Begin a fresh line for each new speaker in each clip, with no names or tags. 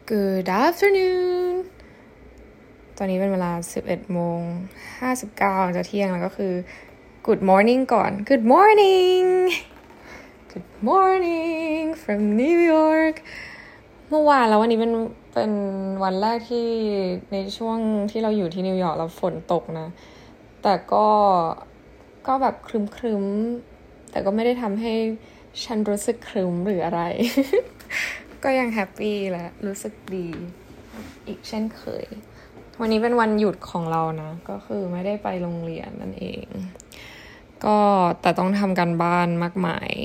Good afternoon ตอนนี้เป็นเวลา 11:59 จะเที่ยงแล้วก็คือ Good morning ก่อน Good morning Good morning from New York เมื่อวานแล้ววันนี้เป็นวันแรกที่ในช่วงที่เราอยู่ที่นิวยอร์กแล้วฝนตกนะแต่ก็แบบครึ้มๆแต่ก็ไม่ได้ทำให้ฉันรู้สึกครึ้มหรืออะไร ก็ยังแฮปปี้และรู้สึกดีอีกเช่นเคยวันนี้เป็นวันหยุดของเรานะก็คือไม่ได้ไปโรงเรียนนั่นเองก็แต่ต้องทำการบ้านมากมาย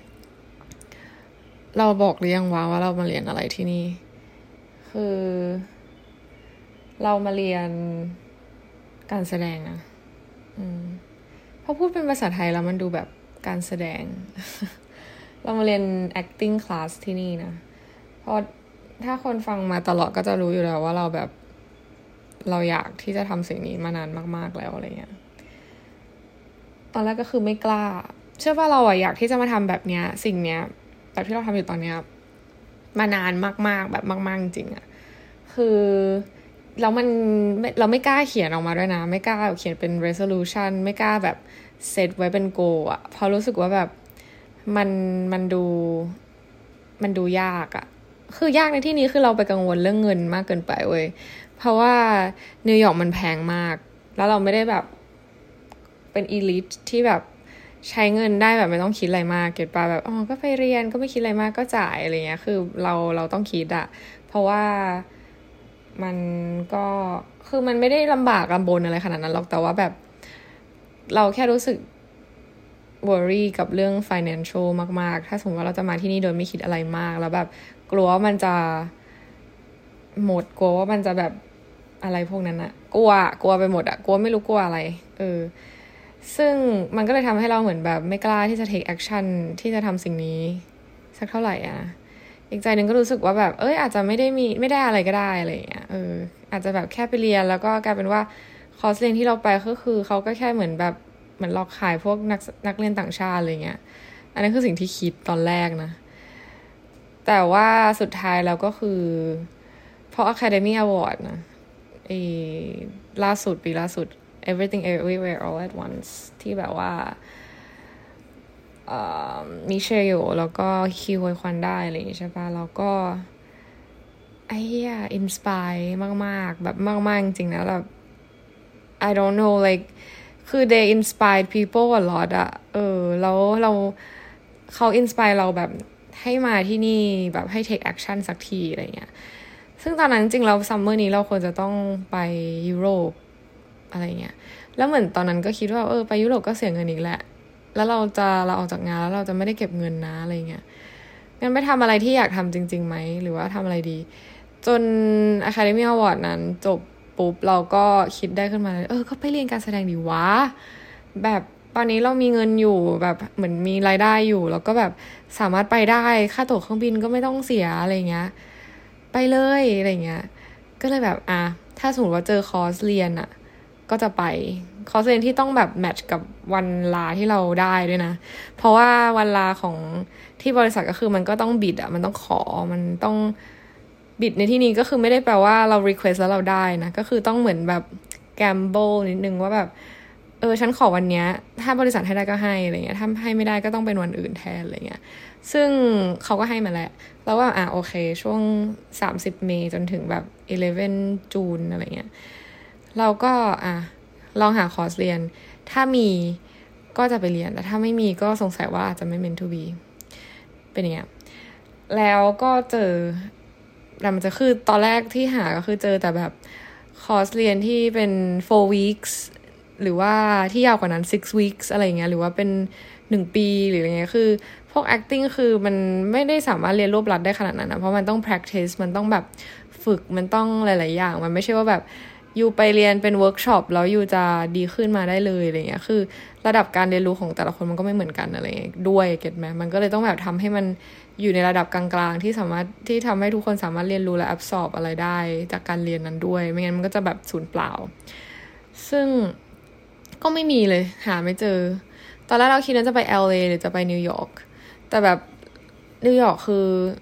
เราบอกหรือยังว่าเรามาเรียนอะไรที่นี่คือเรามาเรียนการแสดงนะพอพูดเป็นภาษาไทยแล้วมันดูแบบการแสดง เรามาเรียน acting class ที่นี่นะเพราะถ้าคนฟังมาตลอดก็จะรู้อยู่แล้วว่าเราอยากที่จะทำสิ่งนี้มานานมากๆแล้วอะไรเงี้ยตอนแรกก็คือไม่กล้าเชื่อว่าเราอยากที่จะมาทำแบบเนี้ยสิ่งเนี้ยแบบที่เราทำอยู่ตอนเนี้ยมานานมากๆแบบมากๆจริงๆอ่ะคือแล้วเราไม่กล้าเขียนออกมาด้วยนะไม่กล้าเขียนเป็น resolution ไม่กล้าแบบเซตไว้เป็น goal อ่ะเพราะรู้สึกว่าแบบมันดูยากอ่ะคือยากในที่นี้คือเราไปกังวลเรื่องเงินมากเกินไปเว้ยเพราะว่านิวยอร์กมันแพงมากแล้วเราไม่ได้แบบเป็นอีลิทที่แบบใช้เงินได้แบบไม่ต้องคิดอะไรมากเก็ตป่ะแบบก็ไปเรียนก็ไม่คิดอะไรมากก็จ่ายอะไรเงี้ยคือเราต้องคิดอ่ะเพราะว่ามันก็คือมันไม่ได้ลำบากลำบนอะไรขนาดนั้นหรอกแต่ว่าแบบเราแค่รู้สึกworry กับเรื่อง financial มากๆถ้าสมมติว่าเราจะมาที่นี่โดยไม่คิดอะไรมากแล้วแบบกลัวว่ามันจะหมดกลัวว่ามันจะแบบอะไรพวกนั้นอะกลัวไปหมดอะกลัวไม่รู้กลัวอะไรซึ่งมันก็เลยทำให้เราเหมือนแบบไม่กล้าที่จะ take action ที่จะทำสิ่งนี้สักเท่าไหร่อะอีกใจหนึ่งก็รู้สึกว่าแบบอาจจะไม่ได้อะไรก็ได้อะไรอย่างเงี้ยอาจจะแบบแค่ไปเรียนแล้วก็กลายเป็นว่าคอร์สเรียนที่เราไปก็คือเขาก็แค่เหมือนแบบเหมือนหลอกขายพวกนักเรียนต่างชาติอะไรเงี้ยอันนั้นคือสิ่งที่คิดตอนแรกนะแต่ว่าสุดท้ายแล้วก็คือเพราะ Academy Award นะปีล่าสุด Everything Everywhere All at Once ที่แบบว่ามิเชลแล้วก็คิวฮวยควันได้อะไรอย่างงี้ใช่ปะแล้วก็อินสปายมากๆแบบมากๆจริงๆนะแบบ I don't know like คือ they inspired people a lot อะแล้วเขา inspire เราแบบให้มาที่นี่แบบให้ take action สักทีอะไรเงี้ยซึ่งตอนนั้นจริงๆเราซัมเมอร์นี้เราควรจะต้องไปยุโรปอะไรเงี้ยแล้วเหมือนตอนนั้นก็คิดว่าไปยุโรปก็เสียเงินอีกแหละแล้วเราออกจากงานแล้วเราจะไม่ได้เก็บเงินนะอะไรเงี้ยงั้นไปทำอะไรที่อยากทำจริงๆไหมหรือว่าทำอะไรดีจน Academy Award นั้นจบปุ๊บเราก็คิดได้ขึ้นมาเลยก็ไปเรียนการแสดงดีวะแบบตอนนี้เรามีเงินอยู่แบบเหมือนมีรายได้อยู่แล้วก็แบบสามารถไปได้ค่าตั๋วเครื่องบินก็ไม่ต้องเสียอะไรเงี้ยไปเลยอะไรเงี้ยก็เลยแบบถ้าสมมติว่าเจอคอร์สเรียนอ่ะก็จะไปคอร์สเรียนที่ต้องแบบแมทช์กับวันลาที่เราได้ด้วยนะเพราะว่าวันลาของที่บริษัทก็คือมันก็ต้องบิดอ่ะมันต้องขอมันต้องบิดในที่นี้ก็คือไม่ได้แปลว่าเรา request แล้วเราได้นะก็คือต้องเหมือนแบบ gamble นิดนึงว่าแบบฉันขอวันเนี้ยถ้าบริษัทให้ได้ก็ให้อะไรเงี้ยถ้าให้ไม่ได้ก็ต้องเป็นวันอื่นแทนอะไรเงี้ยซึ่งเขาก็ให้มาแล้วแล้วว่าโอเคช่วง30 เมษายนจนถึงแบบ11 จูนอะไรเงี้ยเราก็ลองหาคอร์สเรียนถ้ามีก็จะไปเรียนแต่ถ้าไม่มีก็สงสัยว่าอาจจะไม่ meant to be เป็นอย่างเงี้ยแล้วก็เจอแต่มันจะคือตอนแรกที่หาก็คือเจอแต่แบบคอร์สเรียนที่เป็น4 weeks หรือว่าที่ยาวกว่านั้น6 weeks อะไรเงี้ยหรือว่าเป็น1 ปีหรืออะไรเงี้ยคือพวก acting คือมันไม่ได้สามารถเรียนรวบรัดได้ขนาดนั้นนะเพราะมันต้อง practice มันต้องแบบฝึกมันต้องหลายๆอย่างมันไม่ใช่ว่าแบบอยู่ไปเรียนเป็นเวิร์กช็อปแล้วอยู่จะดีขึ้นมาได้เลยอะไรเงี้ยคือระดับการเรียนรู้ของแต่ละคนมันก็ไม่เหมือนกันอะไรเงี้ยด้วยเก็ทไหมมันก็เลยต้องแบบทำให้มันอยู่ในระดับกลางๆที่สามารถที่ทำให้ทุกคนสามารถเรียนรู้และ absorb อะไรได้จากการเรียนนั้นด้วยไม่งั้นมันก็จะแบบสูญเปล่าซึ่งก็ไม่มีเลยหาไม่เจอตอนแรกเราคิดว่าจะไป LA หรือจะไปนิวยอร์กแต่แบบนิวยอร์กคือ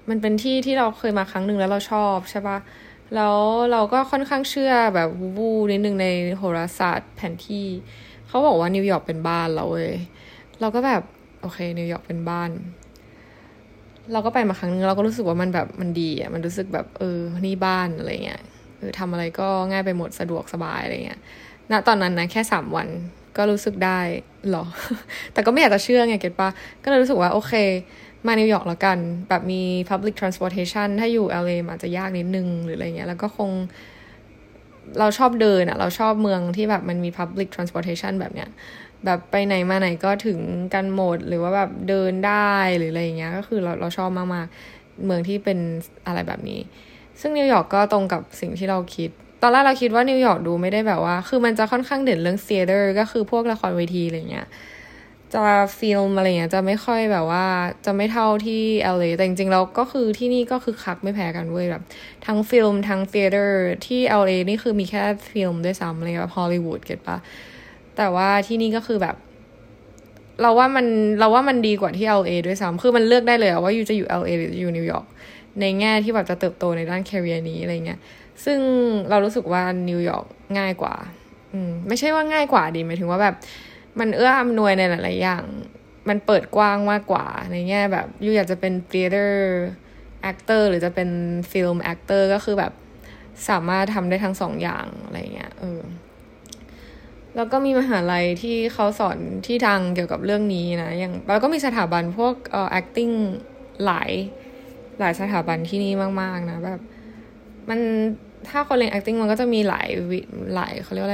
มันเป็นที่ที่เราเคยมาครั้งหนึ่งแล้วเราชอบใช่ปะแล้วเราก็ค่อนข้างเชื่อแบบวูนิดนึงในโหราศาสตร์แผนที่เขาบอกว่านิวยอร์กเป็นบ้านเราเว้ยเราก็แบบโอเคนิวยอร์กเป็นบ้านเราก็ไปมาครั้งนึงเราก็รู้สึกว่ามันแบบมันดีอ่ะมันรู้สึกแบบนี่บ้านอะไรเงี้ยทำอะไรก็ง่ายไปหมดสะดวกสบายอะไรเงี้ยณตอนนั้นนะแค่3 วันก็รู้สึกได้หรอ แต่ก็ไม่อยากจะเชื่อไงเก็ตปะก็เลยรู้สึกว่าโอเคมานิวยอร์กแล้วกันแบบมี public transportation ถ้าอยู่ LA อาจจะยากนิดนึงหรืออะไรเงี้ยแล้วก็คงเราชอบเดินอ่ะเราชอบเมืองที่แบบมันมี public transportation แบบเนี้ยแบบไปไหนมาไหนก็ถึงกันหมดหรือว่าแบบเดินได้หรืออะไรเงี้ยก็คือเราชอบมากๆเมืองที่เป็นอะไรแบบนี้ซึ่งนิวยอร์กก็ตรงกับสิ่งที่เราคิดตอนแรกเราคิดว่านิวยอร์กดูไม่ได้แบบว่าคือมันจะค่อนข้างเด่นเรื่อง theater ก็คือพวกละครเวทีอะไรเงี้ยจะฟิล์มอะไรเงี้ยจะไม่ค่อยแบบว่าจะไม่เท่าที่ LA แต่จริงๆแล้วก็คือที่นี่ก็คือคักไม่แพ้กันเว้ยแบบทั้งฟิล์มทั้ง theater ที่ LA นี่คือมีแค่ฟิล์มด้วยซ้ำอะไรแบบฮอลลีวูดเก็ตปะแต่ว่าที่นี่ก็คือแบบเราว่ามันดีกว่าที่ LA ด้วยซ้ำคือมันเลือกได้เลยว่าอยู่จะอยู่ LA หรือจะอยู่นิวยอร์กในแง่ที่แบบจะเติบโตในด้าน career นี้อะไรเงี้ยซึ่งเรารู้สึกว่านิวยอร์กง่ายกว่าไม่ใช่ว่าง่ายกว่าดีหมายถึงว่าแบบมันเอื้ออำนวยในหลายๆอย่างมันเปิดกว้างมากกว่าในแง่แบบอยู่อยากจะเป็น theater actor หรือจะเป็น film actor ก็คือแบบสามารถทำได้ทั้งสองอย่างอะไรเงี้ยแล้วก็มีมหาลัยที่เขาสอนที่ทางเกี่ยวกับเรื่องนี้นะอย่างแล้วก็มีสถาบันพวกacting หลายสถาบันที่นี่มากๆนะแบบมันถ้าคนเรียน acting มันก็จะมีหลายเขาเรียกว่าอะไร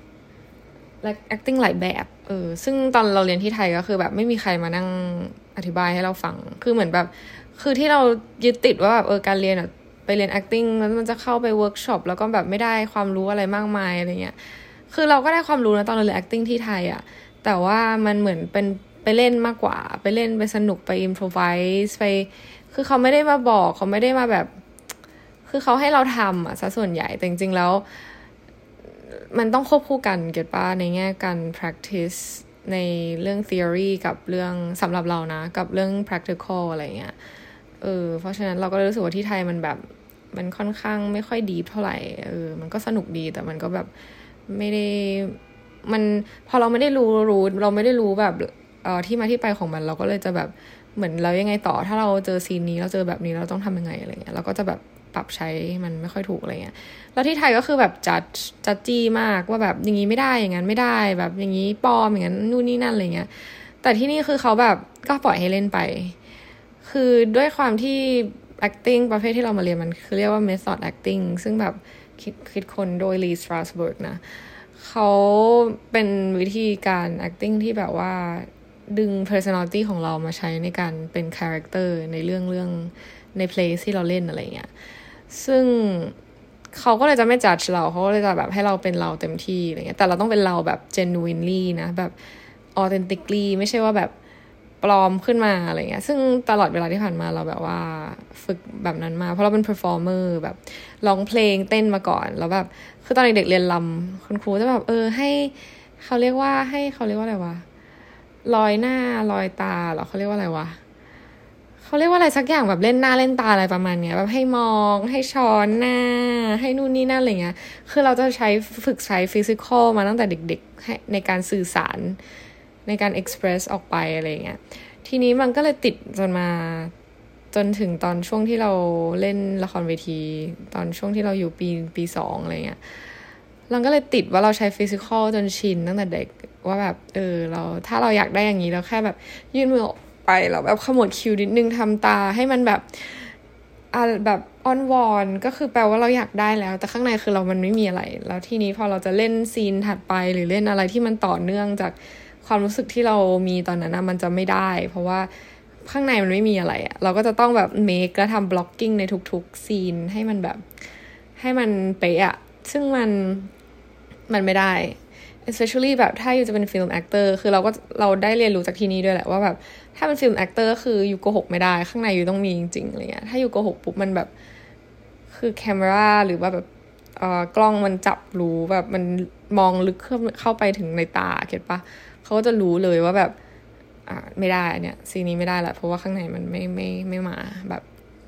acting หลายแบบซึ่งตอนเราเรียนที่ไทยก็คือแบบไม่มีใครมานั่งอธิบายให้เราฟังคือเหมือนแบบคือที่เรายึดติดว่าแบบการเรียนไปเรียน acting แล้วมันจะเข้าไปเวิร์กช็อปแล้วก็แบบไม่ได้ความรู้อะไรมากมายอะไรเงี้ยคือเราก็ได้ความรู้นะตอนเราเรียน acting ที่ไทยอ่ะแต่ว่ามันเหมือนเป็นไปเล่นมากกว่าไปเล่นไปสนุกไป improvise ไปคือเขาไม่ได้มาบอกเขาไม่ได้มาแบบคือเขาให้เราทำอ่ะซะส่วนใหญ่แต่จริงๆแล้วมันต้องควบคู่กันเก็ตป่ะในแง่การ practice ในเรื่อง theory กับเรื่องสำหรับเรานะกับเรื่อง practical อะไรเงี้ยเพราะฉะนั้นเราก็เลยรู้สึกว่าที่ไทยมันแบบมันค่อนข้างไม่ค่อยดีเท่าไหร่มันก็สนุกดีแต่มันก็แบบไม่ได้มันพอเราไม่ได้รู้เราไม่ได้รู้แบบที่มาที่ไปของมันเราก็เลยจะแบบเหมือนเรายังไงต่อถ้าเราเจอซีนนี้เราเจอแบบนี้เราต้องทำยังไงอะไรเงี้ยเราก็จะแบบปรับใช้มันไม่ค่อยถูกอะไรเงี้ยแล้วที่ไทยก็คือแบบจัดจี้มากว่าแบบอย่างนี้ไม่ได้อย่างนั้นไม่ได้แบบอย่างนี้ปลอมอย่างนั้นนู่นนี่นั่นอะไรเงี้ยแต่ที่นี่คือเขาแบบก็ปล่อยให้เล่นไปคือด้วยความที่ acting ประเภทที่เรามาเรียนมันคือเรียกว่า method acting ซึ่งแบบคิดคนโดย Lee Strasberg นะเขาเป็นวิธีการ acting ที่แบบว่าดึง personality ของเรามาใช้ในการเป็น character ในเรื่องใน play ที่เราเล่นอะไรเงี้ยซึ่งเขาก็เลยจะไม่ judge เราเขาก็เลยจะแบบให้เราเป็นเราเต็มที่อะไรเงี้ยแต่เราต้องเป็นเราแบบ genuinely นะแบบ authentically ไม่ใช่ว่าแบบปลอมขึ้นมาอะไรเงี้ยซึ่งตลอดเวลาที่ผ่านมาเราแบบว่าฝึกแบบนั้นมาเพราะเราเป็น performer แบบร้องเพลงเต้นมาก่อนแล้วแบบคือตอนเด็กๆเรียนรำคุณครูจะแบบให้เขาเรียกว่าอะไรวะลอยหน้าลอยตาเหรอเขาเรียกว่าอะไรวะเขาเรียกว่าอะไรสักอย่างแบบเล่นหน้าเล่นตาอะไรประมาณเนี้ยแบบให้มองให้ช้อนหน้าให้นู่นนี่นั่นอะไรเงี้ยคือเราจะฝึกใช้ฟิสิกอลมาตั้งแต่เด็กๆให้ในการสื่อสารในการ express ออกไปอะไรเงี้ยทีนี้มันก็เลยติดจนถึงตอนช่วงที่เราเล่นละครเวทีตอนช่วงที่เราอยู่ปี2อะไรเงี้ยเราก็เลยติดว่าเราใช้ฟิสิกอลจนชินตั้งแต่เด็กว่าแบบเราถ้าเราอยากได้อย่างนี้เราแค่แบบยื่นมือออกไปแล้วแบบขมวดคิ้วนิดนึงทำตาให้มันแบบแบบอ้อนวอนก็คือแปลว่าเราอยากได้แล้วแต่ข้างในคือมันไม่มีอะไรแล้วทีนี้พอเราจะเล่นซีนถัดไปหรือเล่นอะไรที่มันต่อเนื่องจากความรู้สึกที่เรามีตอนนั้นมันจะไม่ได้เพราะว่าข้างในมันไม่มีอะไรเราก็จะต้องแบบเมคและทำบล็อกกิ้งในทุกๆซีนให้มันแบบให้มันเป๊ะซึ่งมันไม่ได้ especially แบบถ้าอยู่จะเป็นฟิล์มแอคเตอร์คือเราได้เรียนรู้จากที่นี่ด้วยแหละว่าแบบถ้าเป็นฟิล์มแอคเตอร์คืออยู่โกหกไม่ได้ข้างในอยู่ต้องมีจริงๆอะไรเงี้ยถ้าอยู่โกหกปุ๊บมันแบบคือแคมราหรือว่าแบบกล้องมันจับรู้แบบมันมองลึกเข้าไปถึงในตาเก็ทปะเขาก็จะรู้เลยว่าแบบไม่ได้เนี่ยซีนนี้ไม่ได้แหละเพราะว่าข้างในมันไม่มาแบบ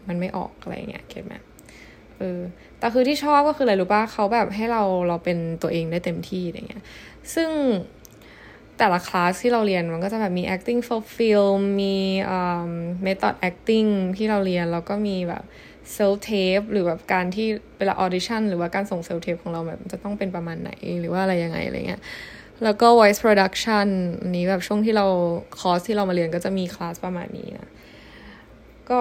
มันไม่ออกอะไรเงี้ยเก็ทไหมแต่คือที่ชอบก็คืออะไรรู้ป่ะเขาแบบให้เราเป็นตัวเองได้เต็มที่อะไรเงี้ยซึ่งแต่ละคลาสที่เราเรียนมันก็จะแบบมี acting for film มีmethod acting ที่เราเรียนแล้วก็มีแบบ self tape หรือแบบการที่เวลา audition หรือว่าการส่ง self tape ของเราแบบจะต้องเป็นประมาณไหนหรือว่าอะไรยังไงอะไรเงี้ยแล้วก็ voice production อันนี้แบบช่วงที่เราคอร์สที่เรามาเรียนก็จะมีคลาสประมาณนี้นะก็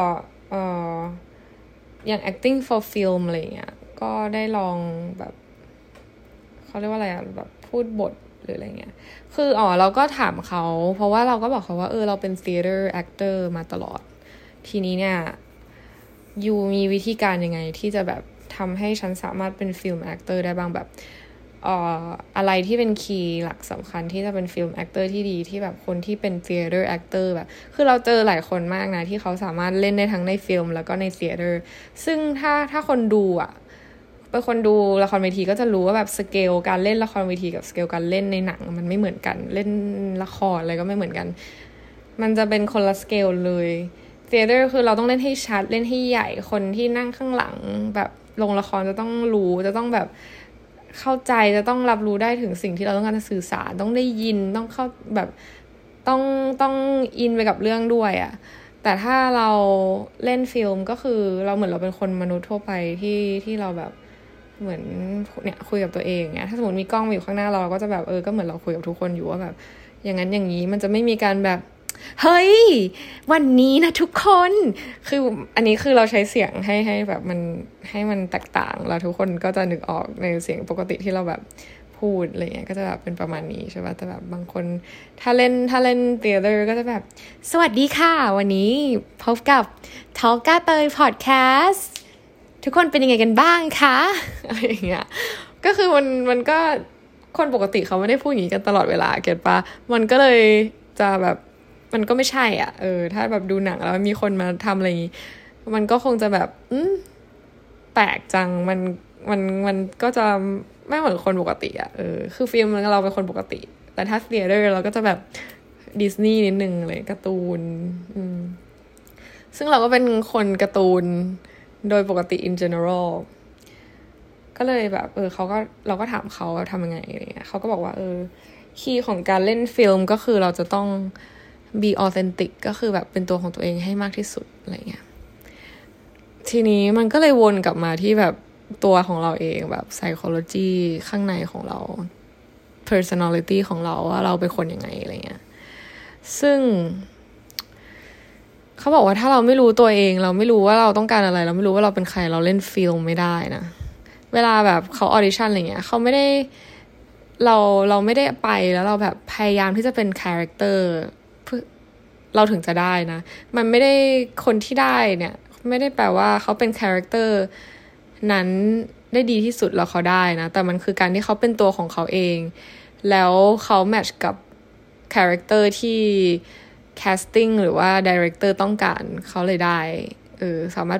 อย่าง acting for film อะไรเงี้ยก็ได้ลองแบบเขาเรียกว่าอะไรแบบพูดบทหรืออะไรเงี้ยคือเราก็ถามเขาเพราะว่าเราก็บอกเขาว่าเราเป็น theater actor มาตลอดทีนี้เนี่ยยูมีวิธีการยังไงที่จะแบบทำให้ฉันสามารถเป็น film actor ได้บ้างแบบอะไรที่เป็นคีย์หลักสำคัญที่จะเป็นฟิล์มแอคเตอร์ที่ดีที่แบบคนที่เป็น theater actor แบบคือเราเจอหลายคนมากนะที่เขาสามารถเล่นได้ทั้งในฟิล์มแล้วก็ใน theater ซึ่งถ้าคนดูเป็นคนดูละครเวทีก็จะรู้ว่าแบบสเกลการเล่นละครเวทีกับสเกลการเล่นในหนังมันไม่เหมือนกันเล่นละครอะไรก็ไม่เหมือนกันมันจะเป็นคนละสเกลเลยtheater คือเราต้องเล่นให้ชัดเล่นให้ใหญ่คนที่นั่งข้างหลังแบบลงละครจะต้องรู้จะต้องแบบเข้าใจจะต้องรับรู้ได้ถึงสิ่งที่เราต้องการจะสื่อสารต้องได้ยินต้องเข้าแบบต้องอินไปกับเรื่องด้วยแต่ถ้าเราเล่นฟิล์มก็คือเราเหมือนเราเป็นคนมนุษย์ทั่วไปที่เราแบบเหมือนเนี่ยคุยกับตัวเองเนี่ยถ้าสมมติมีกล้องอยู่ข้างหน้าเราก็จะแบบก็เหมือนเราคุยกับทุกคนอยู่ว่าแบบอย่างนั้นอย่างนี้มันจะไม่มีการแบบเฮ้ยวันนี้นะทุกคนคืออันนี้คือเราใช้เสียงให้แบบมันให้มันแตกต่างแล้วทุกคนก็จะนึกออกในเสียงปกติที่เราแบบพูดอะไรเงี้ยก็จะแบบเป็นประมาณนี้ใช่ป่ะแต่แบบบางคนถ้าเล่นเธียเตอร์ก็จะแบบสวัสดีค่ะวันนี้พบกับทอล์กก้าเตยพอดแคสต์ทุกคนเป็นยังไงกันบ้างคะอะไรอย่างเงี้ยก็คือมันก็คนปกติเขาไม่ได้พูดอย่างนี้กันตลอดเวลาเก็ทป่ะมันก็เลยจะแบบมันก็ไม่ใช่ถ้าแบบดูหนังแล้วมีคนมาทำอะไรอย่างนี้มันก็คงจะแบบแปลกจังมันก็จะไม่เหมือนคนปกติคือฟิล์มเราเป็นคนปกติแต่ถ้าเธียเตอร์เราก็จะแบบดิสนีย์นิดนึงเลยการ์ตูนซึ่งเราก็เป็นคนการ์ตูนโดยปกติ in general ก็เลยแบบเราก็ถามเขาทำยังไงอะไรเงี้ยเขาก็บอกว่าคีย์ของการเล่นฟิล์มก็คือเราจะต้องbe authentic ก็คือแบบเป็นตัวของตัวเองให้มากที่สุดอะไรเงี้ยทีนี้มันก็เลยวนกลับมาที่แบบตัวของเราเองแบบ psychology ข้างในของเรา personality ของเราว่าเราเป็นคนยังไงอะไรเงี้ยซึ่งเขาบอกว่าถ้าเราไม่รู้ตัวเองเราไม่รู้ว่าเราต้องการอะไรเราไม่รู้ว่าเราเป็นใครเราเล่นฟิล์มไม่ได้นะเวลาแบบเขาออดิชั่นอะไรเงี้ยเขาไม่ได้เราไม่ได้ไปแล้วเราแบบพยายามที่จะเป็นคาแรคเตอร์เราถึงจะได้นะมันไม่ได้คนที่ได้เนี่ยไม่ได้แปลว่าเขาเป็นคาแรคเตอร์นั้นได้ดีที่สุดแล้วเขาได้นะแต่มันคือการที่เขาเป็นตัวของเขาเองแล้วเขาแมทช์กับคาแรคเตอร์ที่แคสติ้งหรือว่าไดเรคเตอร์ต้องการเขาเลยได้สามารถ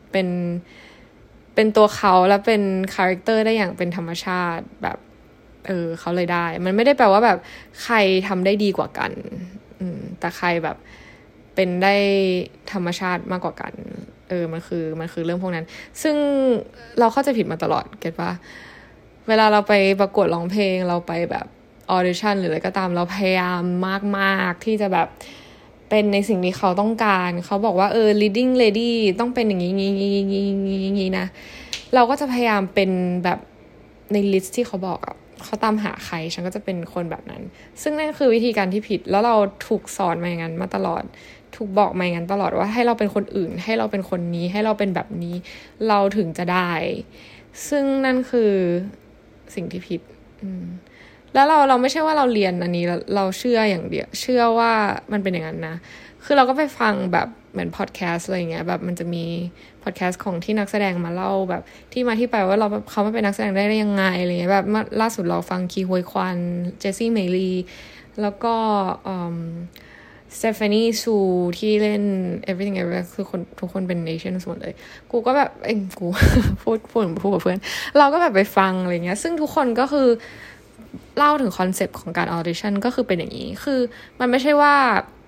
เป็นตัวเขาแล้วเป็นคาแรคเตอร์ได้อย่างเป็นธรรมชาติแบบเขาเลยได้มันไม่ได้แปลว่าแบบใครทำได้ดีกว่ากันแต่ใครแบบเป็นได้ธรรมชาติมากกว่ากันมันคือเรื่องพวกนั้นซึ่งเราเข้าใจผิดมาตลอดเก็ทป่ะเวลาเราไปประกวดร้องเพลงเราไปแบบออดิชั่นหรืออะไรก็ตามเราพยายามมากๆที่จะแบบเป็นในสิ่งที่เขาต้องการเขาบอกว่าleading lady ต้องเป็นอย่างนี้นะเราก็จะพยายามเป็นแบบในลิสต์ที่เขาบอกเขาตามหาใครฉันก็จะเป็นคนแบบนั้นซึ่งนั่นคือวิธีการที่ผิดแล้วเราถูกสอนมาอย่างนั้นมาตลอดถูกบอกมาอย่างนั้นตลอดว่าให้เราเป็นคนอื่นให้เราเป็นคนนี้ให้เราเป็นแบบนี้เราถึงจะได้ซึ่งนั่นคือสิ่งที่ผิดแล้วเราไม่ใช่ว่าเราเรียนอันนี้เราเชื่ออย่างเดียวเชื่อว่ามันเป็นอย่างนั้นนะคือเราก็ไปฟังแบบเหมือนพอดแคสต์อะไรเงี้ยแบบมันจะมีพอดแคสต์ของที่นักแสดงมาเล่าแบบที่มาที่ไปว่าเขามาเป็นนักแสดงได้ยังไงอะไรเงี้ยแบบล่าสุดเราฟังคีฮวยควันเจสซี่เมลีแล้วก็สเตฟานีซูที่เล่น Everything Everywhere คือคนทุกคนเป็น Asians หมดเลยกูก็แบบกู พูดกับเพื่อนเราก็แบบไปฟังอะไรเงี้ยซึ่งทุกคนก็คือเล่าถึงคอนเซปต์ของการออดิชั่นก็คือเป็นอย่างนี้คือมันไม่ใช่ว่า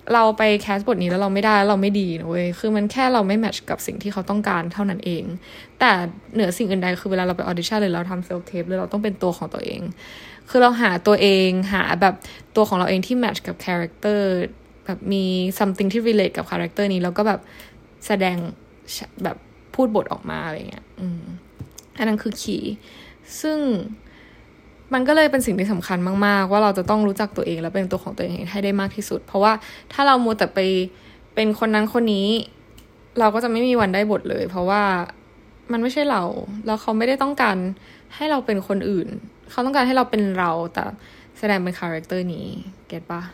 เราไปแคสบทนี้แล้วเราไม่ได้เราไม่ดีนะเว้ยคือมันแค่เราไม่แมทช์กับสิ่งที่เขาต้องการเท่านั้นเองแต่เหนือสิ่งอื่นใดคือเวลาเราไปออดิชั่นหรือเราทำเซลฟ์เทปหรือเราต้องเป็นตัวของตัวเองคือเราหาตัวเองหาแบบตัวของเราเองที่แมทช์กับคาแรคเตอร์แบบมี something ที่ relate กับคาแรคเตอร์นี้แล้วก็แบบแสดงแบบพูดบทออกมาอะไรเงี้ยอันนั้นคือคีย์ซึ่งมันก็เลยเป็นสิ่งที่สำคัญมากๆว่าเราจะต้องรู้จักตัวเองและเป็นตัวของตัวเองให้ได้มากที่สุดเพราะว่าถ้าเรามัวแต่ไปเป็นคนนั้นคนนี้เราก็จะไม่มีวันได้บทเลยเพราะว่ามันไม่ใช่เราแล้วเขาไม่ได้ต้องการให้เราเป็นคนอื่นเขาต้องการให้เราเป็นเราแต่แสดงเป็นคาแรคเตอร์นี้เก็ตปะ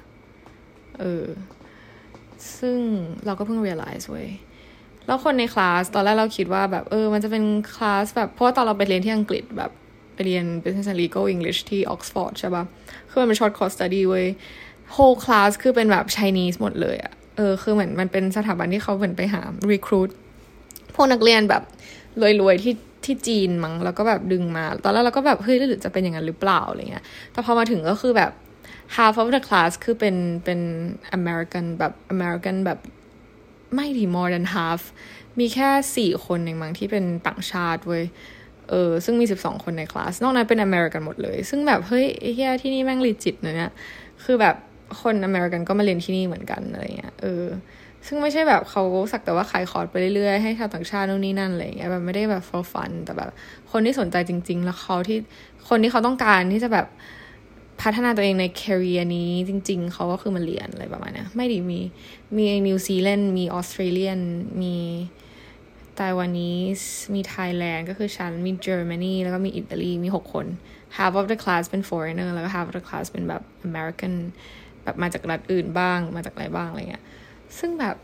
ซึ่งเราก็เพิ่ง realize เว้ยแล้วคนในคลาสตอนแรกเราคิดว่าแบบมันจะเป็นคลาสแบบเพราะว่าตอนเราไปเรียนที่อังกฤษแบบไปเรียน Business and Legal English ที่ Oxford ใช่ปะคือมันเป็น short course study เว้ย whole class คือเป็นแบบ Chinese หมดเลยอะคือเหมือนมันเป็นสถาบันที่เขาเหมือนไปหา recruit พวกนักเรียนแบบรวยๆที่จีนมั้งแล้วก็แบบดึงมาตอนแรกเราก็แบบเฮ้ยหรือจะเป็นอย่างนั้นหรือเปล่าอะไรเงี้ยแต่พอมาถึงก็คือแบบ half of the class คือเป็น American แบบไม่ดี more than half มีแค่4คนเองมั้งที่เป็นต่างชาติเว้ยซึ่งมี12คนในคลาสนอกนั้นเป็นอเมริกันหมดเลยซึ่งแบบเฮ้ยไอ้เหี้ยที่นี่แม่งลีจิตนะเนี่ยคือแบบคนอเมริกันก็มาเรียนที่นี่เหมือนกันอะไรเงี้ยซึ่งไม่ใช่แบบเขาสักแต่ว่าขายคอร์สไปเรื่อยๆให้ชาวต่างชาตินู่นนี่นั่นอะไรเงี้ยแบบไม่ได้แบบ for fun แต่แบบคนที่สนใจจริงๆแล้วคนที่เขาต้องการที่จะแบบพัฒนาตัวเองใน career นี้จริงๆเขาก็คือมาเรียนอะไรประมาณนี้ไม่ดีมีนิวซีแลนด์มีออสเตรเลียนมีไต้หวันนีสมีไทยแลนด์ก็คือฉันมีเยอรมนีแล้วก็มีอิตาลีมี6คน half of the class เป็น foreigner แล้วก็ half of the class เป็นแบบ American แบบมาจากรัฐอื่นบ้างมาจากอะไรบ้างอะไรเงี้ยซึ่งแบบ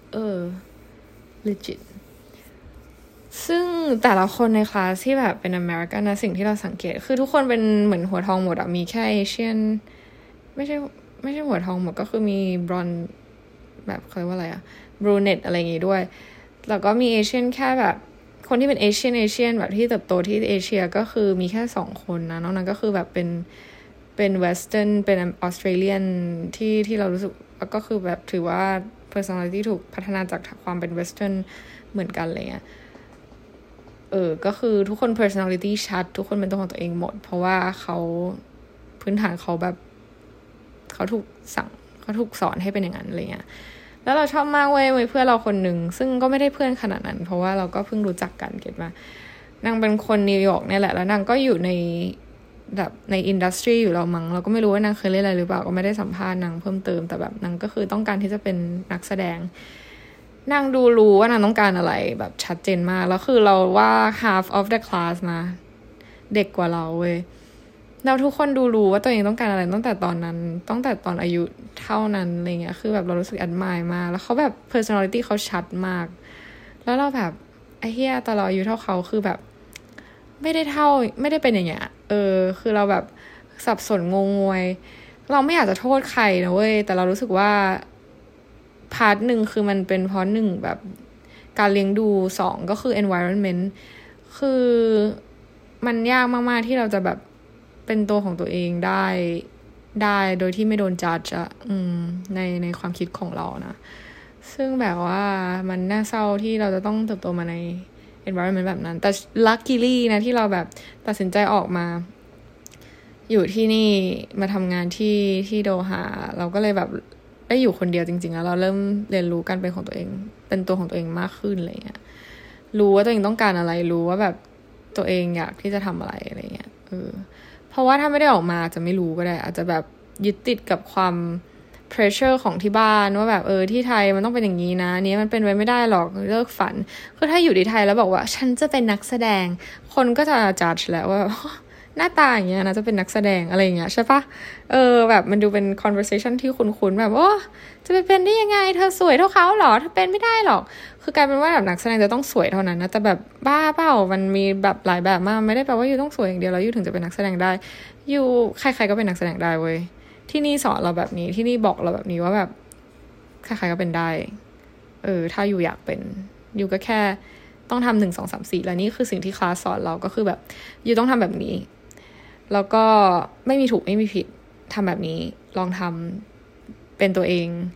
legit ซึ่งแต่ละคนในคลาสที่แบบเป็น American นะสิ่งที่เราสังเกตคือทุกคนเป็นเหมือนหัวทองหมดอะมีแค่เอเชียนไม่ใช่หัวทองหมดก็คือมีบรอนแบบเขาเรียกว่าอะไรอะบรูเนตอะไรอย่างงี้ด้วยแล้วก็มีเอเชียนแค่แบบคนที่เป็นเอเชียนแบบที่เติบโตที่เอเชียก็คือมีแค่2คนนะนอกนั้นก็คือแบบเป็นเวสเทิร์นเป็นออสเตรเลียนที่เรารู้สึกก็คือแบบถือว่า personality ถูกพัฒนาจากความเป็นเวสเทิร์นเหมือนกันอะไรเงี้ยก็คือทุกคน personality ชัดทุกคนเป็นตัวของตัวเองหมดเพราะว่าเขาพื้นฐานเขาแบบเขาถูกสอนให้เป็นอย่างนั้นอะไรเงี้ยแล้วเราชอบมากเว้ยเพื่อนเราคนหนึ่งซึ่งก็ไม่ได้เพื่อนขนาดนั้นเพราะว่าเราก็เพิ่งรู้จักกันเก็ตมานางเป็นคนนิวยอร์กเนี่ยแหละแล้วนางก็อยู่ในแบบในอินดัสทรีอยู่แล้วมั้งเราก็ไม่รู้ว่านางเคยเล่นอะไรหรือเปล่าก็ไม่ได้สัมภาษณ์นางเพิ่มเติมแต่แบบนางก็คือต้องการที่จะเป็นนักแสดงนางดูรู้ว่านางต้องการอะไรแบบชัดเจนมากแล้วคือเราว่า half of the class นะเด็กกว่าเราเว้ยเราทุกคนดูรู้ว่าตัวเองต้องการอะไรตั้งแต่ตอนนั้นตั้งแต่ตอนอายุเท่านั้นอะไรเงี้ยคือแบบเรารู้สึก admire มากแล้วเขาแบบ personality เขาชัดมากแล้วเราแบบไอ้เหี้ยตอนเราอายุเท่าเขาคือแบบไม่ได้เป็นอย่างเงี้ยคือเราแบบสับสนงงงวยเราไม่อยากจะโทษใครนะเว้ยแต่เรารู้สึกว่าพาร์ทหนึ่งคือมันเป็นเพราะหนึ่งแบบการเลี้ยงดู2ก็คือ environment คือมันยากมากๆที่เราจะแบบเป็นตัวของตัวเองได้โดยที่ไม่โดนจัดอะในความคิดของเรานะซึ่งแบบว่ามันน่าเศร้าที่เราจะต้องเติบโตมาใน environment แบบนั้นแต่ luckily นะที่เราแบบตัดสินใจออกมาอยู่ที่นี่มาทำงานที่โดฮาเราก็เลยแบบได้อยู่คนเดียวจริงๆแล้วเราเริ่มเรียนรู้การเป็นของตัวเองเป็นตัวของตัวเองมากขึ้นอะไรเงี้ยรู้ว่าตัวเองต้องการอะไรรู้ว่าแบบตัวเองอยากที่จะทำอะไรอะไรเงี้ยเพราะว่าถ้าไม่ได้ออกมาจะไม่รู้ก็ได้อาจจะแบบยึดติดกับความ pressure ของที่บ้านว่าแบบที่ไทยมันต้องเป็นอย่างนี้นะนี้มันเป็นไปไม่ได้หรอกเลิกฝันคือถ้าอยู่ที่ไทยแล้วบอกว่าฉันจะเป็นนักแสดงคนก็จะjudgeแล้วว่าหน้าตาอย่างเงี้ยนะจะเป็นนักแสดงอะไรอย่างเงี้ยใช่ปะแบบมันดูเป็น conversation ที่คุ้นๆแบบโอ้จะไปเป็นได้ยังไงเธอสวยเท่าเขาหรอเธอเป็นไม่ได้หรอกคือกลายเป็นว่าแบบนักแสดงจะต้องสวยเท่านั้นนะแต่แบบบ้าเปล่ามันมีแบบหลายแบบมากไม่ได้แปลว่าอยู่ต้องสวยอย่างเดียวแล้วอยู่ถึงจะเป็นนักแสดงได้อยู่ใครๆก็เป็นนักแสดงได้เว้ยที่นี่สอนเราแบบนี้ที่นี่บอกเราแบบนี้ว่าแบบใครๆก็เป็นได้ถ้าอยู่อยากเป็นอยู่ก็แค่ต้องทำ1 2 3 4และนี่คือสิ่งที่คลาสสอนเราก็คือแบบอยู่ต้องทำแบบนี้แล้วก็ไม่มีถูกไม่มีผิดทำแบบนี้ลองทำเป็นตัวเอง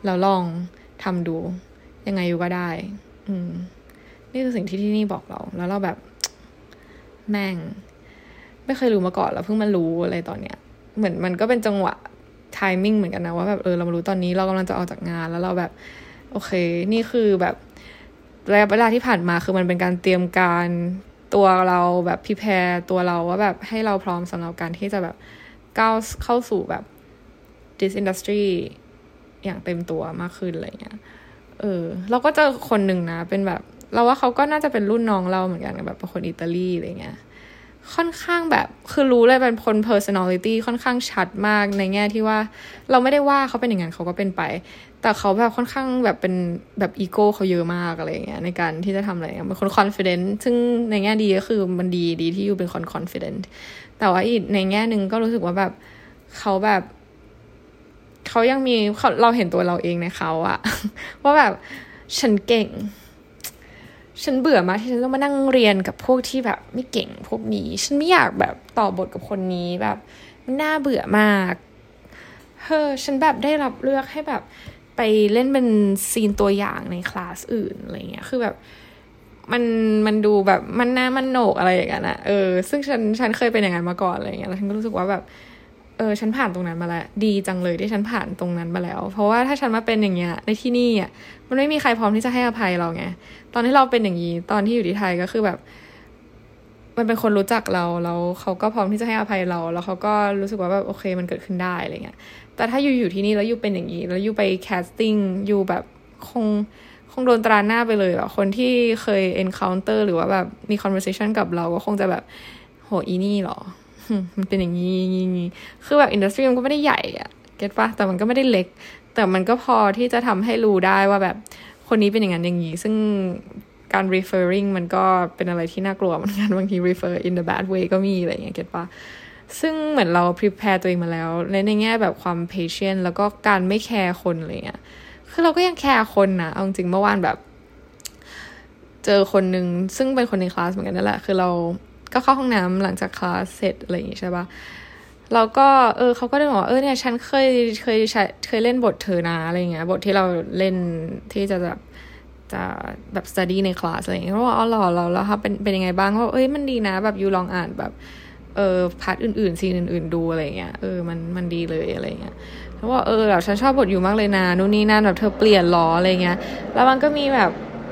แล้วลองทำดูยังไงอยู่ก็ได้นี่คือสิ่งที่นี่บอกเราแล้วเราแบบแม่งไม่เคยรู้มาก่อนแล้วเพิ่งมารู้อะไรตอนเนี้ยเหมือนมันก็เป็นจังหวะไทมิ่งเหมือนกันนะว่าแบบเรามารู้ตอนนี้เรากำลังจะออกจากงานแล้วเราแบบโอเคนี่คือแบบระยะเวลาที่ผ่านมาคือมันเป็นการเตรียมการตัวเราแบบพรีแพร์ตัวเราว่าแบบให้เราพร้อมสำหรับการที่จะแบบก้าวเข้าสู่แบบ this industry อย่างเต็มตัวมากขึ้นอะไรเงี้ยเราก็เจอคนหนึ่งนะเป็นแบบเราว่าเขาก็น่าจะเป็นรุ่นน้องเราเหมือนกันแบบเป็นคนอิตาลีอะไรเงี้ยค่อนข้างแบบคือรู้เลยเป็นคน personality ค่อนข้างชัดมากในแง่ที่ว่าเราไม่ได้ว่าเขาเป็นอย่างนั้นเขาก็เป็นไปแต่เขาแบบค่อนข้างแบบเป็นแบบอีโก้เขาเยอะมากอะไรเงี้ยในการที่จะทำอะไรเงี้ยเป็นคน confident ซึ่งในแง่ดีก็คือมันดีที่อยู่เป็นคน confident แต่ว่าอีกในแง่นึงก็รู้สึกว่าแบบเขาแบบเขายังมีเราเห็นตัวเราเองในเขาอะว่าแบบฉันเก่งฉันเบื่อมากที่ฉันต้องมานั่งเรียนกับพวกที่แบบไม่เก่งพวกนี้ฉันไม่อยากแบบต่อบทกับคนนี้แบบมันน่าเบื่อมากฉันแบบได้รับเลือกให้แบบไปเล่นเป็นซีนตัวอย่างในคลาสอื่นอะไรเงี้ยคือแบบมันดูแบบมันน่ามันโหนกอะไรอย่างเงี้ยนะซึ่งฉันเคยเป็นอย่างนั้นมาก่อนอะไรเงี้ยแล้วฉันก็รู้สึกว่าแบบฉันผ่านตรงนั้นมาแล้วดีจังเลยที่ฉันผ่านตรงนั้นมาแล้วเพราะว่าถ้าฉันมาเป็นอย่างเงี้ยในที่นี่อ่ะมันไม่มีใครพร้อมที่จะให้อภัยเราไงตอนที่เราเป็นอย่างนี้ตอนที่อยู่ที่ไทยก็คือแบบมันเป็นคนรู้จักเราแล้วเขาก็พร้อมที่จะให้อภัยเราแล้วเขาก็รู้สึกว่าแบบโอเคมันเกิดขึ้นได้อะไรเงี้ยแต่ถ้าอยู่ที่นี่แล้วอยู่เป็นอย่างนี้แล้วอยู่ไปแคสติ้งอยู่แบบคงโดนตราหน้าไปเลยแบบคนที่เคย encounter หรือว่าแบบมี conversation กับเราก็คงจะแบบโหอีนี่หรอมันเป็นอย่างนี้คือแบบอินดัสทรีมันก็ไม่ได้ใหญ่อะเก็ตปะแต่มันก็ไม่ได้เล็กแต่มันก็พอที่จะทำให้รู้ได้ว่าแบบคนนี้เป็นอย่างนั้นอย่างนี้ซึ่งการ referring มันก็เป็นอะไรที่น่ากลัวเหมือนกันบางที refer in the bad way ก็มีอะไรอย่างเงี้ยเก็ตปะซึ่งเหมือนเรา prepare ตัวเองมาแล้วในแง่แบบความ patient แล้วก็การไม่แคร์คนอะไรเงี้ยคือเราก็ยังแคร์คนนะเอาจริงเมื่อวานแบบเจอคนนึงซึ่งเป็นคนในคลาสเหมือนกันนั่นแหละคือเราก็เข้าห้องน้ำหลังจากคลาสเสร็จอะไรอย่างงี้ใช่ปะแล้วก็เขาก็ได้บอกว่าเนี่ยฉันเคยเล่นบทเธอนะอะไรเงี้ยบทที่เราเล่นที่จะแบบ study ในคลาสอะไรอย่างเงี้ยเพราะว่าอ๋อแล้วครับเป็นยังไงบ้างว่ามันดีนะแบบยูลองอ่านแบบพาร์ทอื่นๆซีนอื่นๆดูอะไรเงี้ยมันดีเลยอะไรเงี้ยแล้วว่าแบบฉันชอบบทอยู่มากเลยนะนู่นนี่นั่นแบบเธอเปลี่ยนล้ออะไรเงี้ยแล้วมันก็มีแบบ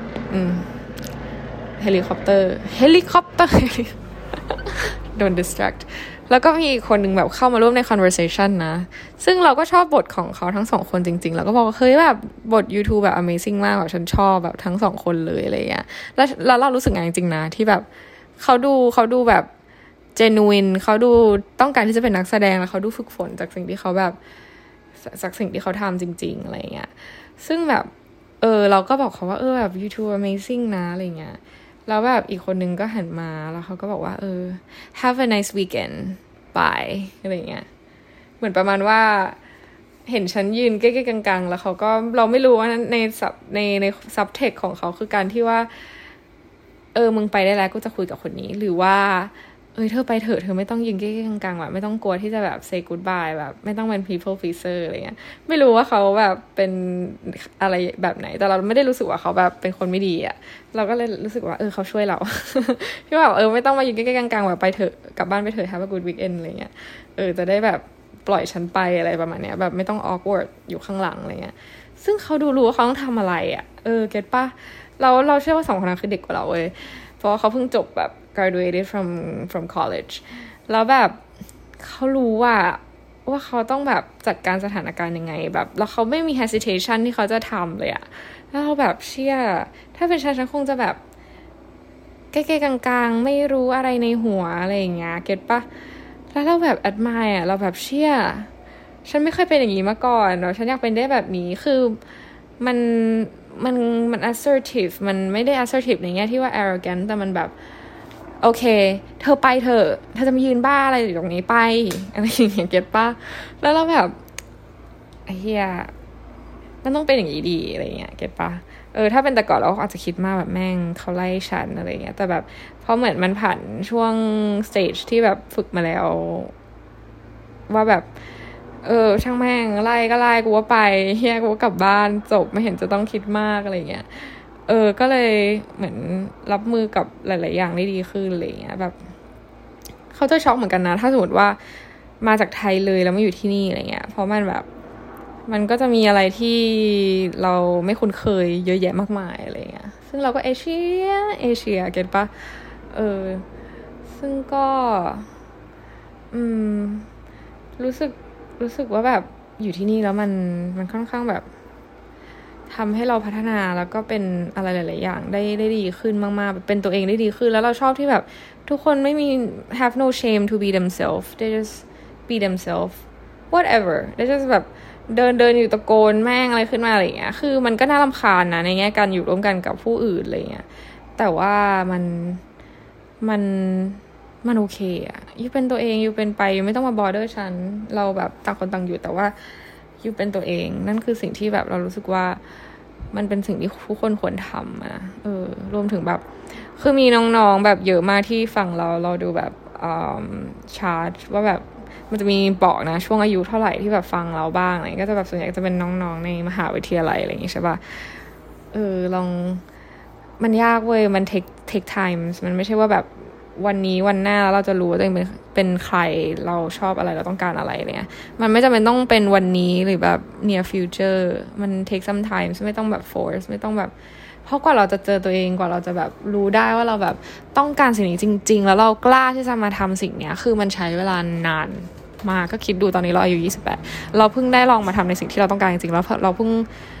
เฮลิคอปเตอร์โดน distract แล้วก็มีคนหนึ่งแบบเข้ามาร่วมใน conversation นะซึ่งเราก็ชอบบทของเขาทั้งสองคนจริงๆแล้วก็บอกว่าเฮ้ยแบบบท YouTube แบบ amazing มากแบบฉันชอบแบบทั้งสองคนเลยอะไรเงี้ยแล้วเรารู้สึกไงจริงๆนะที่แบบเขาดูแบบ genuine เขาดูต้องการที่จะเป็นนักแสดงแล้วเขาดูฝึกฝนจากสิ่งที่เขาแบบจากสิ่งที่เขาทำจริงๆอะไรเงี้ยซึ่งแบบเราก็บอกเขาว่าแบบ YouTube amazing นะอะไรเงี้ยแล้วแบบอีกคนนึงก็หันมาแล้วเขาก็บอกว่าhave a nice weekend bye อะไรเงี้ยเหมือนประมาณว่าเห็นฉันยืนใกล้ๆกลางๆแล้วเขาก็เราไม่รู้ว่าใน subtext ของเขาคือการที่ว่ามึงไปได้แล้วกูจะคุยกับคนนี้หรือว่าเธอไปเถอะเธอไม่ต้องยืนใกล้ๆกลางๆแบบไม่ต้องกลัวที่จะแบบ say goodbye แบบไม่ต้องเป็น people pleaser อะไรเงี้ยไม่รู้ว่าเขาแบบเป็นอะไรแบบไหนแต่เราไม่ได้รู้สึกว่าเขาแบบเป็นคนไม่ดีอ่ะเราก็เลยรู้สึกว่าเขาช่วยเรา ที่แบบไม่ต้องมายืนใกล้ๆกลางๆแบบไปเถอะกลับบ้านไปเถอะ have a good weekend อะไรเงี้ยจะได้แบบปล่อยฉันไปอะไรประมาณเนี้ยแบบไม่ต้อง awkward อยู่ข้างหลังอะไรเงี้ยซึ่งเขาดูรู้ว่าเขาต้องทำอะไรอ่ะเก็ตป่ะเราเชื่อว่าสองคนนั้นคือเด็กกว่าเราเว้ยเพราะเขาเพิ่งจบแบบ graduated from college แล้วแบบเขารู้ว่าเขาต้องแบบจัดการสถานการณ์ยังไงแบบแล้วเขาไม่มี hesitation ที่เขาจะทำเลยอะแล้วเราแบบเชื่อถ้าเป็นฉันคงจะแบบใกล้ๆกลางๆไม่รู้อะไรในหัวอะไรอย่างเงี้ยเก็ตปะแล้วเราแบบ admire เราแบบเชื่อฉันไม่เคยเป็นอย่างนี้มาก่อนแล้วฉันอยากเป็นได้แบบนี้คือมัน assertive มันไม่ได้ assertive ในแง่ที่ว่า arrogant แต่มันแบบโอเคเธอไปเถอะเธอจะมายืนบ้าอะไรอยู่ตรงนี้ไปอะไรอย่างเงี้ยเก็ตป่ะแล้วเราแบบไอ้เหี้ยมันต้องเป็นอย่างนี้ดีอะไรเงี้ยเก็ตป่ะถ้าเป็นแต่ก่อนเราอาจจะคิดมากแบบแม่งเขาไล่ฉันอะไรเงี้ยแต่แบบพอเหมือนมันผ่านช่วง stage ที่แบบฝึกมาแล้วว่าแบบช่างแม่งไล่ก็ไล่กูว่าไปเฮียกูว่ากลับบ้านจบไม่เห็นจะต้องคิดมากอะไรเงี้ยก็เลยเหมือนรับมือกับหลายๆอย่างได้ดีขึ้นอะไรเงี้ยแบบเขาจะช็อกเหมือนกันนะถ้าสมมติว่ามาจากไทยเลยแล้วมาอยู่ที่นี่อะไรเงี้ยเพราะมันแบบมันก็จะมีอะไรที่เราไม่คุ้นเคยเยอะแยะมากมายอะไรเงี้ยซึ่งเราก็เอเชียเก็ตปะซึ่งก็รู้สึกว่าแบบอยู่ที่นี่แล้วมันค่อนข้างแบบทำให้เราพัฒนาแล้วก็เป็นอะไรหลายๆอย่างได้ดีขึ้นมากๆเป็นตัวเองได้ดีขึ้นแล้วเราชอบที่แบบทุกคนไม่มี have no shame to be themselves they just be themselves whatever they just แบบเดินอยู่ตะโกนแม่งอะไรขึ้นมาอะไรอย่างเงี้ยคือมันก็น่ารำคาญนะในแง่การอยู่ร่วมกันกับผู้อื่นอะไรเงี้ยแต่ว่ามันโอเคอะยูเป็นตัวเองยูเป็นไปยูไม่ต้องมาบอร์เดอร์ฉันเราแบบต่างคนต่างอยู่แต่ว่ายูเป็นตัวเองนั่นคือสิ่งที่แบบเรารู้สึกว่ามันเป็นสิ่งที่ทุกคนควรทำนะรวมถึงแบบคือมีน้องๆแบบเยอะมากที่ฟังเราดูแบบชาร์ตว่าแบบมันจะมีบอกนะช่วงอายุเท่าไหร่ที่แบบฟังเราบ้างอะไรก็จะแบบส่วนใหญ่จะเป็นน้องๆในมหาวิทยาลัยอะไรอย่างงี้ใช่ป่ะลองมันยากเว้ยมัน take times มันไม่ใช่ว่าแบบวันนี้วันหน้าแล้วเราจะรู้ว่าตัวเองเป็นใครเราชอบอะไรเราต้องการอะไรเนี่ยมันไม่จำเป็นต้องเป็นวันนี้หรือแบบ near future มัน take some time ไม่ต้องแบบ force ไม่ต้องแบบเพราะกว่าเราจะเจอตัวเองกว่าเราจะแบบรู้ได้ว่าเราแบบต้องการสิ่งนี้จริงๆแล้วเรากล้าที่จะมาทำสิ่งเนี้ยคือมันใช้เวลานานมากก็คิดดูตอนนี้เราอายุ28เราเพิ่งได้ลองมาทำในสิ่งที่เราต้องการจริงๆแล้วเราเพิ่ง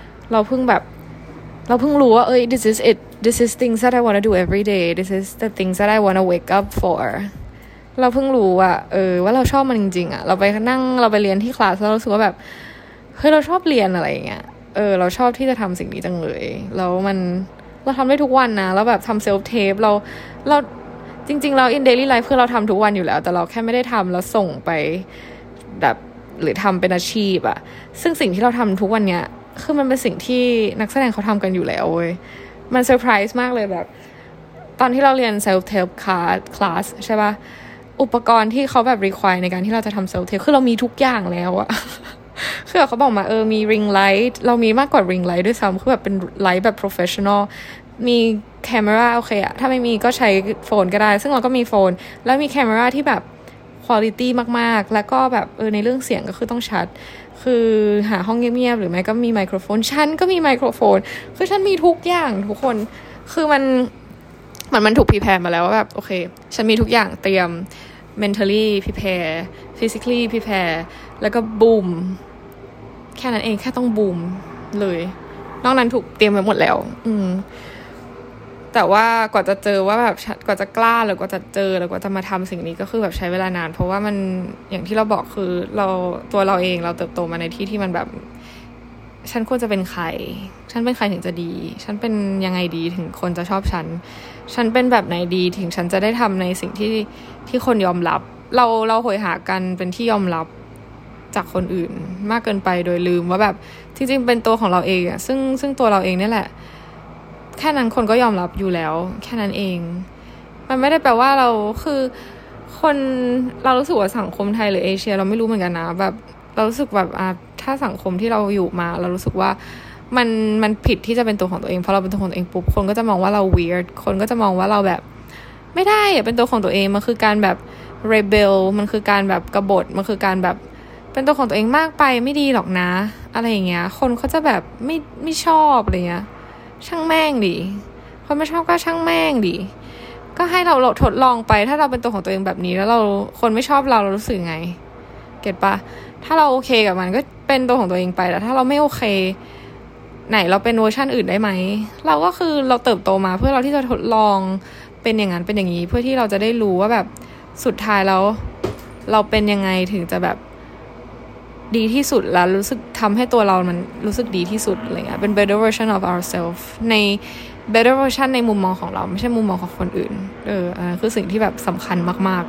รู้ว่าthis is it this is things that I want to do every day this is the things that I want to wake up for เราเพิ่งรู้ว่าว่าเราชอบมันจริงๆเราไปเรียนที่คลาสแล้วเรารู้สึกว่าแบบเฮ้ยเราชอบเรียนอะไรอย่างเงี้ยเราชอบที่จะทำสิ่งนี้จังเลยแล้วเราทำได้ทุกวันนะแล้วแบบทำเซลฟ์เทปเราจริงๆเรา in daily life คือเราทำทุกวันอยู่แล้วแต่เราแค่ไม่ได้ทำแล้วส่งไปแบบหรือทำเป็นอาชีพอะซึ่งสิ่งที่เราทำทุกวันเนี้ยคือมันเป็นสิ่งที่นักแสดงเขาทำกันอยู่แล้วเว้ยมันเซอร์ไพรส์มากเลยแบบตอนที่เราเรียนเซลฟ์เทปคลาสใช่ป่ะอุปกรณ์ที่เขาแบบ require ในการที่เราจะทำเซลฟ์เทปคือเรามีทุกอย่างแล้วอะ คือเขาบอกมามี ring light เรามีมากกว่า ring light ด้วยซ้ำคือแบบเป็นไลท์แบบ professional มี camera โอเคอะถ้าไม่มีก็ใช้โฟนก็ได้ซึ่งเราก็มีโฟนแล้วมี camera ที่แบบ quality มากๆแล้วก็แบบในเรื่องเสียงก็คือต้องชัดคือหาห้องเงียบๆหรือไม่ก็มีไมโครโฟนฉันก็มีไมโครโฟนคือฉันมีทุกอย่างทุกคนคือมันถูก prepare มาแล้วว่าแบบโอเคฉันมีทุกอย่างเตรียม mentally prepare physically prepare แล้วก็ boom แค่นั้นเองแค่ต้อง boom เลยนอกนั้นถูกเตรียมไว้หมดแล้วแต่ว่ากว่าจะเจอว่าแบบกว่าจะกล้าหรือกว่าจะเจอหรือกว่าจะมาทำสิ่งนี้ก็คือแบบใช้เวลานานเพราะว่ามันอย่างที่เราบอกคือตัวเราเองเราเติบโตมาในที่มันแบบฉันควรจะเป็นใครฉันเป็นใครถึงจะดีฉันเป็นยังไงดีถึงคนจะชอบฉันเป็นแบบไหนดีถึงฉันจะได้ทำในสิ่งที่คนยอมรับเราโหยหากันเป็นที่ยอมรับจากคนอื่นมากเกินไปโดยลืมว่าแบบจริงๆเป็นตัวของเราเองอะซึ่งตัวเราเองนี่แหละแค่นั้นคนก็ยอมรับอยู่แล้วแค่นั้นเองมันไม่ได้แปลว่าเราคือคนเรารู้สึกว่าสังคมไทยหรือเอเชียเราไม่รู้เหมือนกันนะแบบเรารู้สึกแบบถ้าสังคมที่เราอยู่มาเรารู้สึกว่ามันผิดที่จะเป็นตัวของตัวเองเพราะเราเป็นตัวของตัวเองปุ๊บคนก็จะมองว่าเรา weird คนก็จะมองว่าเราแบบไม่ได้อะเป็นตัวของตัวเองมันคือการแบบ rebel มันคือการแบบกบฏมันคือการแบบเป็นตัวของตัวเองมากไปไม่ดีหรอกนะอะไรอย่างเงี้ยคนเขาจะแบบไม่ชอบอะไรเงี้ยช่างแม่งดิคนไม่ชอบก็ช่างแม่งดิก็ให้เราทดลองไปถ้าเราเป็นตัวของตัวเองแบบนี้แล้วคนไม่ชอบเรารู้สึกไงเก็ทปะถ้าเราโอเคกับมันก็เป็นตัวของตัวเองไปแต่ถ้าเราไม่โอเคไหนเราเป็นเวอร์ชันอื่นได้ไหมเราก็คือเราเติบโตมาเพื่อเราที่จะทดลองเป็นอย่างนั้นเป็นอย่างนี้เพื่อที่เราจะได้รู้ว่าแบบสุดท้ายแล้วเราเป็นยังไงถึงจะแบบดีที่สุดแล้วรู้สึกทำให้ตัวเรามันรู้สึกดีที่สุดอะไรเงี้ยเป็น better version of ourselves ใน better version ในมุมมองของเราไม่ใช่มุมมองของคนอื่นคือสิ่งที่แบบสำคัญมาก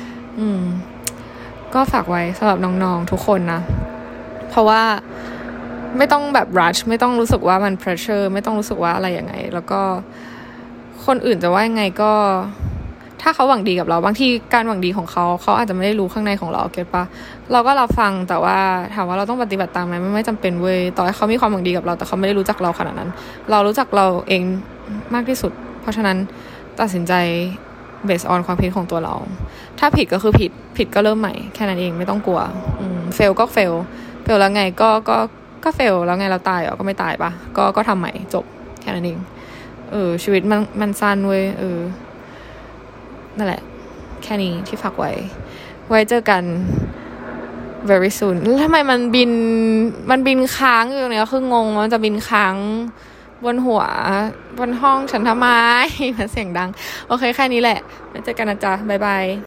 ๆก็ฝากไว้สำหรับน้องๆทุกคนนะเพราะว่าไม่ต้องแบบ rush ไม่ต้องรู้สึกว่ามัน pressure ไม่ต้องรู้สึกว่าอะไรยังไงแล้วก็คนอื่นจะว่ายังไงก็ถ้าเขาหวังดีกับเราบางทีการหวังดีของเขาอาจจะไม่ได้รู้ข้างในของเราเก็ตปะเราก็รับฟังแต่ว่าถามว่าเราต้องปฏิบัติตามไหมไม่จำเป็นเว้ยต่อให้เขามีความหวังดีกับเราแต่เขาไม่ได้รู้จักเราขนาดนั้นเรารู้จักเราเองมากที่สุดเพราะฉะนั้นตัดสินใจ based on ความคิดของตัวเราถ้าผิดก็คือผิดก็เริ่มใหม่แค่นั้นเองไม่ต้องกลัวfail ก็ fail แล้วไงก็ fail แล้วไงเราตายก็ไม่ตายปะก็ทำใหม่จบแค่นั้นเองชีวิตมันสั้นเว้ยนั่นแหละแค่นี้ที่ฝากไว้เจอกัน very soon แล้วทำไมมันบินค้างอยู่เนี่ยคืองงมันจะบินค้างบนหัวบนห้องฉันทำไมมันเสียงดังโอเคแค่นี้แหละไว้เจอกันนะจ๊ะบ๊ายบาย